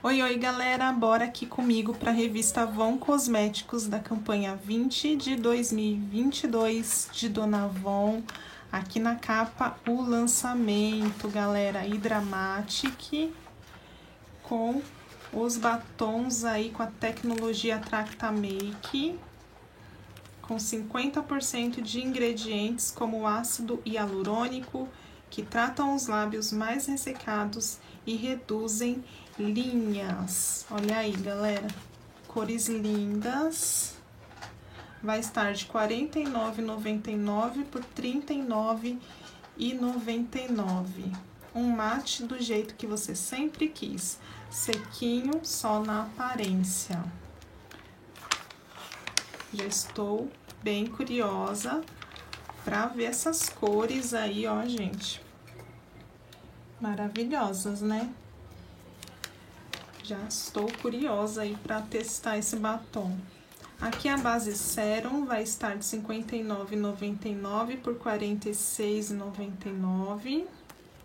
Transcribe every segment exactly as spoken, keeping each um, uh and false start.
Oi, oi, galera! Bora aqui comigo para a revista Avon Cosméticos da campanha vinte de dois mil e vinte e dois de Dona Avon. Aqui na capa o lançamento, galera, Hydramatic com os batons aí com a tecnologia Tracta Make, com cinquenta por cento de ingredientes como ácido hialurônico, que tratam os lábios mais ressecados e reduzem linhas. Olha aí, galera, cores lindas. Vai estar de quarenta e nove reais e noventa e nove centavos por trinta e nove reais e noventa e nove centavos. Um mate do jeito que você sempre quis, sequinho só na aparência. Já estou bem curiosa para ver essas cores aí, ó, gente. Maravilhosas, né? Já estou curiosa aí para testar esse batom. Aqui a base Serum vai estar de cinquenta e nove reais e noventa e nove centavos por quarenta e seis reais e noventa e nove centavos.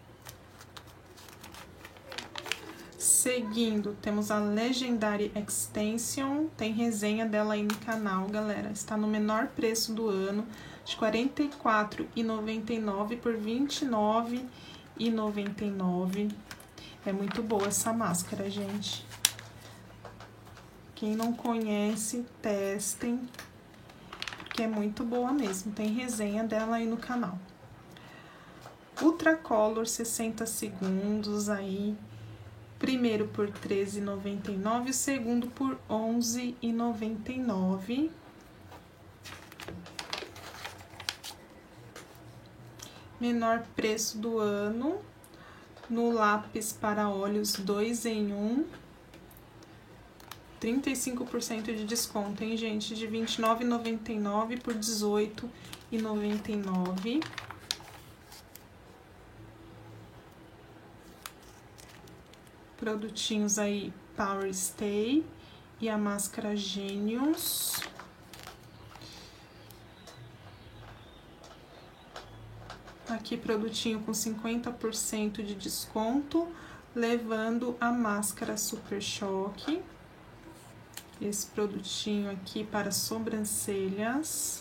Seguindo, temos a Legendary Extension, tem resenha dela aí no canal, galera. Está no menor preço do ano, de quarenta e quatro reais e noventa e nove centavos por vinte e nove reais e noventa e nove centavos. É muito boa essa máscara, gente. Quem não conhece, testem, que é muito boa mesmo. Tem resenha dela aí no canal. Ultra Color sessenta segundos aí. Primeiro por treze reais e noventa e nove centavos, o segundo por onze reais e noventa e nove centavos. Menor preço do ano. No lápis para olhos dois em um. trinta e cinco por cento de desconto, hein, gente? De vinte e nove reais e noventa e nove centavos por dezoito reais e noventa e nove centavos. Produtinhos aí, Power Stay e a máscara Genius. Aqui, produtinho com cinquenta por cento de desconto, levando a máscara Super Choque. Esse produtinho aqui para sobrancelhas.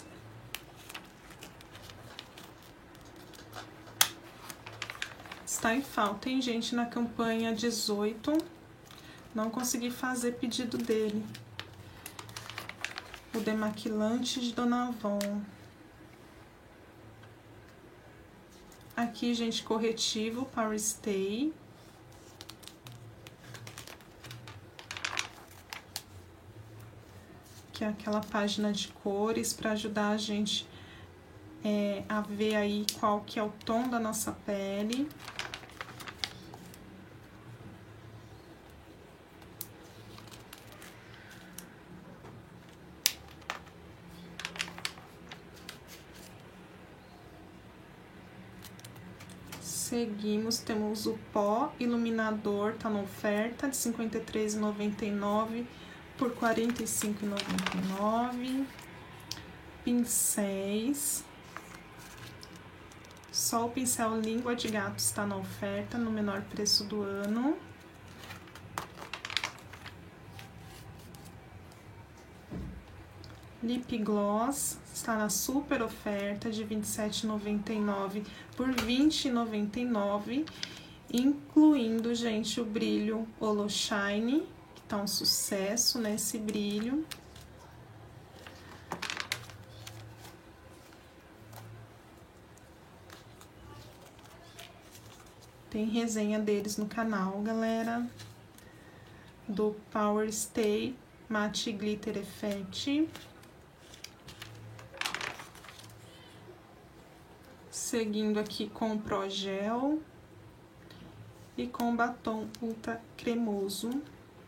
Está em falta, hein, gente, na campanha dezoito. Não consegui fazer pedido dele. O demaquilante de Dona Avon. Aqui, gente, corretivo Power Stay. Que é aquela página de cores para ajudar a gente é, a ver aí qual que é o tom da nossa pele. Seguimos, temos o pó iluminador, tá na oferta, de cinquenta e três reais e noventa e nove centavos por quarenta e cinco reais e noventa e nove centavos. Pincéis. Só o pincel Língua de Gato está na oferta, no menor preço do ano. Lip Gloss está na super oferta de vinte e sete reais e noventa e nove centavos por vinte reais e noventa e nove centavos, incluindo, gente, o brilho Holo Shine, que tá um sucesso nesse brilho. Tem resenha deles no canal, galera. Do Power Stay Matte Glitter Effect. Seguindo aqui com o Pro Gel e com o batom ultra cremoso.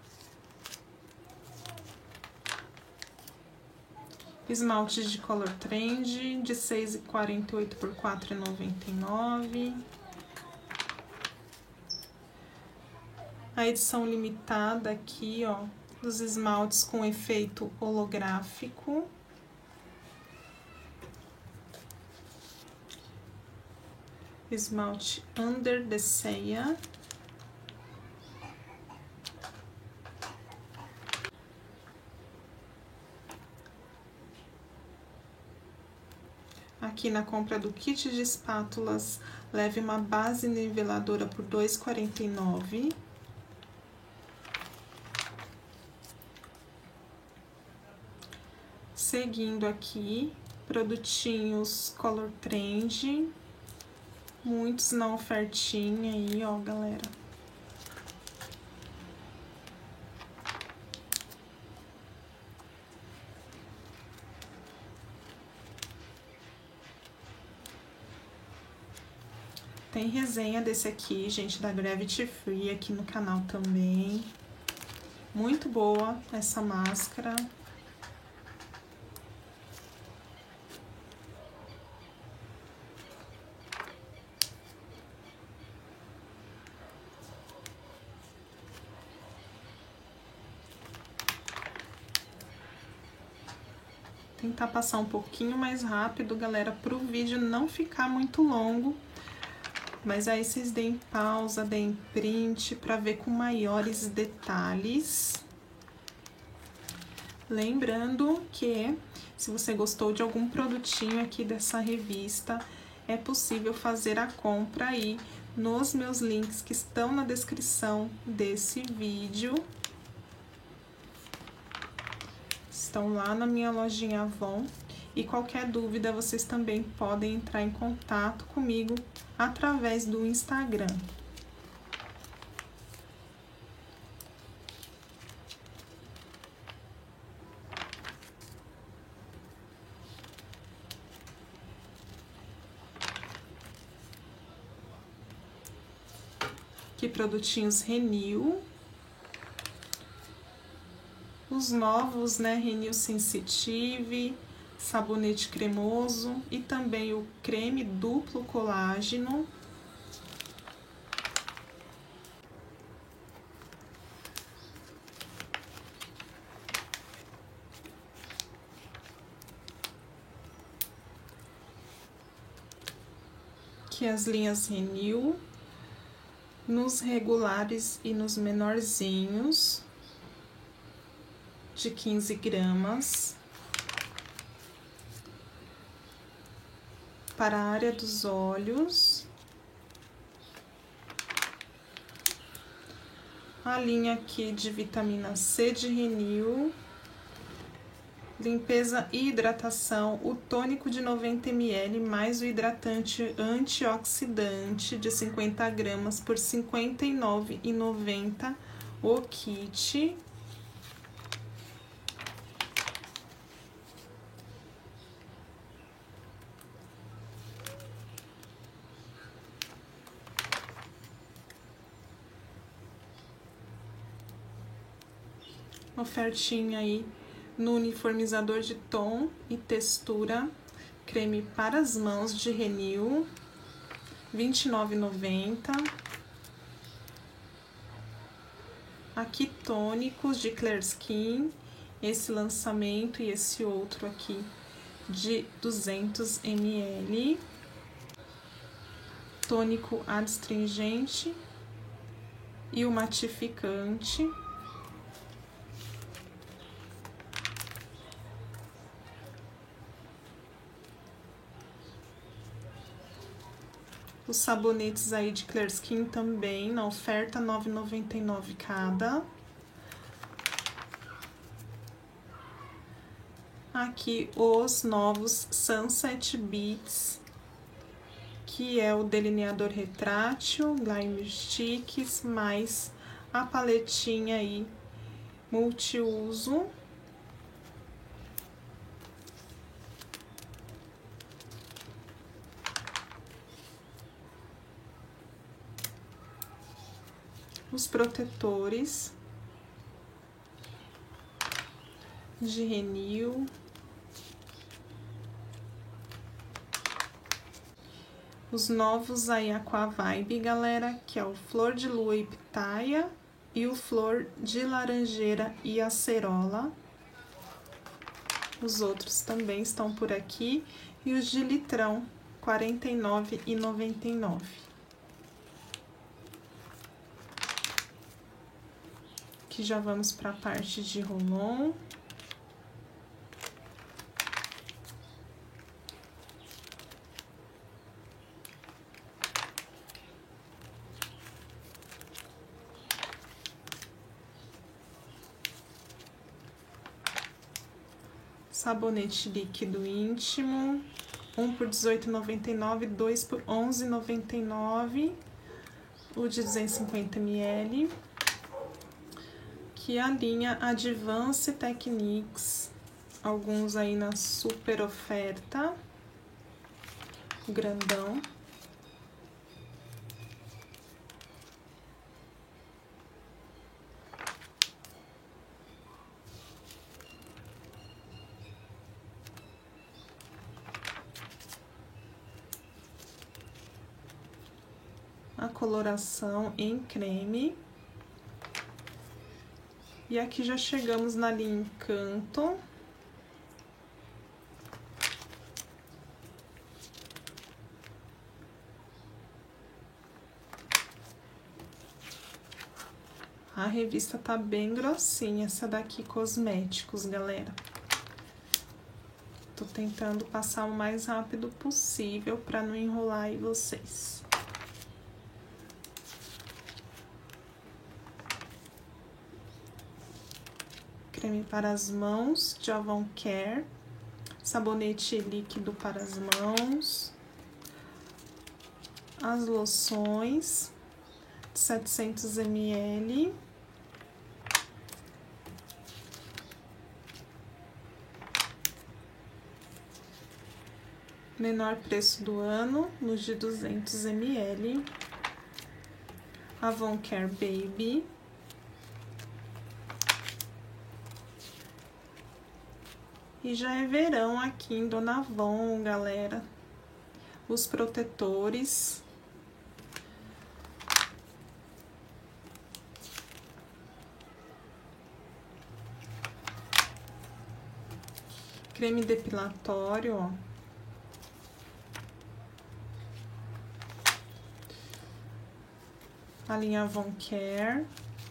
Esmaltes de Color Trend de seis reais e quarenta e oito centavos por quatro reais e noventa e nove centavos. A edição limitada aqui, ó, dos esmaltes com efeito holográfico. Esmalte Under the Ceia. aqui na compra do kit de espátulas, leve uma base niveladora por dois reais e quarenta e nove centavos. Seguindo aqui, produtinhos Color Trend, muitos na ofertinha aí, ó, galera. Tem resenha desse aqui, gente, da Gravity Free aqui no canal também. Muito boa essa máscara. Tentar passar um pouquinho mais rápido, galera, para o vídeo não ficar muito longo. Mas aí vocês deem pausa, deem print para ver com maiores detalhes. Lembrando que, se você gostou de algum produtinho aqui dessa revista, é possível fazer a compra aí nos meus links que estão na descrição desse vídeo. Estão lá na minha lojinha Avon. E qualquer dúvida, vocês também podem entrar em contato comigo através do Instagram. Aqui, produtinhos Renew. Os novos, né, Renew Sensitive, sabonete cremoso e também o creme duplo colágeno. Aqui as linhas Renew, nos regulares e nos menorzinhos, de quinze gramas. Para a área dos olhos. A linha aqui de vitamina C de Renew. Limpeza e hidratação, o tônico de noventa mililitros mais o hidratante antioxidante de cinquenta gramas por cinquenta e nove reais e noventa centavos o kit. Ofertinha aí no uniformizador de tom e textura, creme para as mãos de Renew, vinte e nove reais e noventa centavos. Aqui tônicos de Clear Skin, esse lançamento e esse outro aqui de duzentos mililitros. Tônico adstringente e o matificante. Os sabonetes aí de Clear Skin também, na oferta, nove reais e noventa e nove centavos cada. Aqui os novos Sunset Beats, que é o delineador retrátil, Lime Sticks, mais a paletinha aí multiuso. Os protetores de Renew. Os novos aí Aqua Vibe, galera, que é o Flor de Lua e Pitaia e o Flor de Laranjeira e Acerola. Os outros também estão por aqui. E os de litrão, quarenta e nove reais e noventa e nove centavos. Aqui já vamos para a parte de roll-on. sabonete líquido íntimo, um por dezoito reais e noventa e nove centavos, dois por onze reais e noventa e nove centavos, o de duzentos e cinquenta mililitros, que é a linha Advanced Techniques, alguns aí na super oferta, grandão. A coloração em creme. E aqui já chegamos na linha Encanto. A revista tá bem grossinha, essa daqui, Cosméticos, galera. Tô tentando passar o mais rápido possível pra não enrolar aí vocês. Creme para as mãos, de Avon Care. Sabonete líquido para as mãos. As loções, de setecentos mililitros. Menor preço do ano, nos de duzentos mililitros. Avon Care Baby. E já é verão aqui em Dona Avon, galera. Os protetores. Creme depilatório, ó. A linha Avon Care.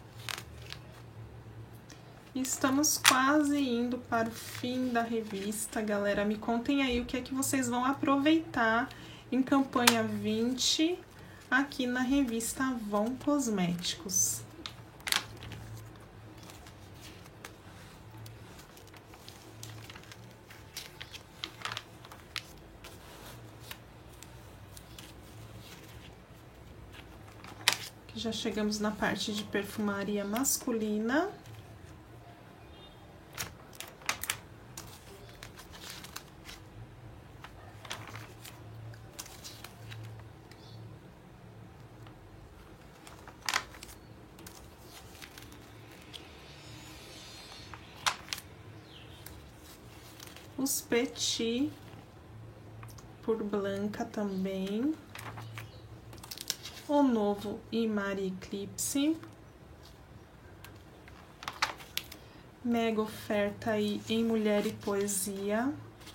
Estamos quase indo para o fim da revista, galera. Me contem aí o que é que vocês vão aproveitar em campanha vinte aqui na revista Avon Cosméticos. Aqui já chegamos na parte de perfumaria masculina. Os Petit, por Blanca também. O novo Imari Eclipse. Mega oferta aí em Mulher e Poesia.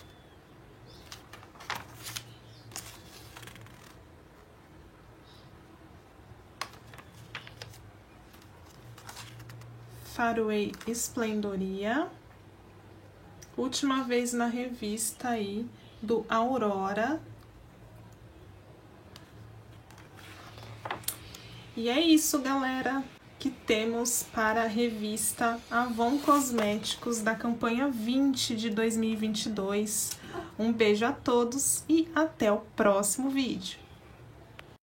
Faraway Esplendoria. Última vez na revista aí do Aurora. E é isso, galera, que temos para a revista Avon Cosméticos da campanha vinte de dois mil e vinte e dois. Um beijo a todos e até o próximo vídeo.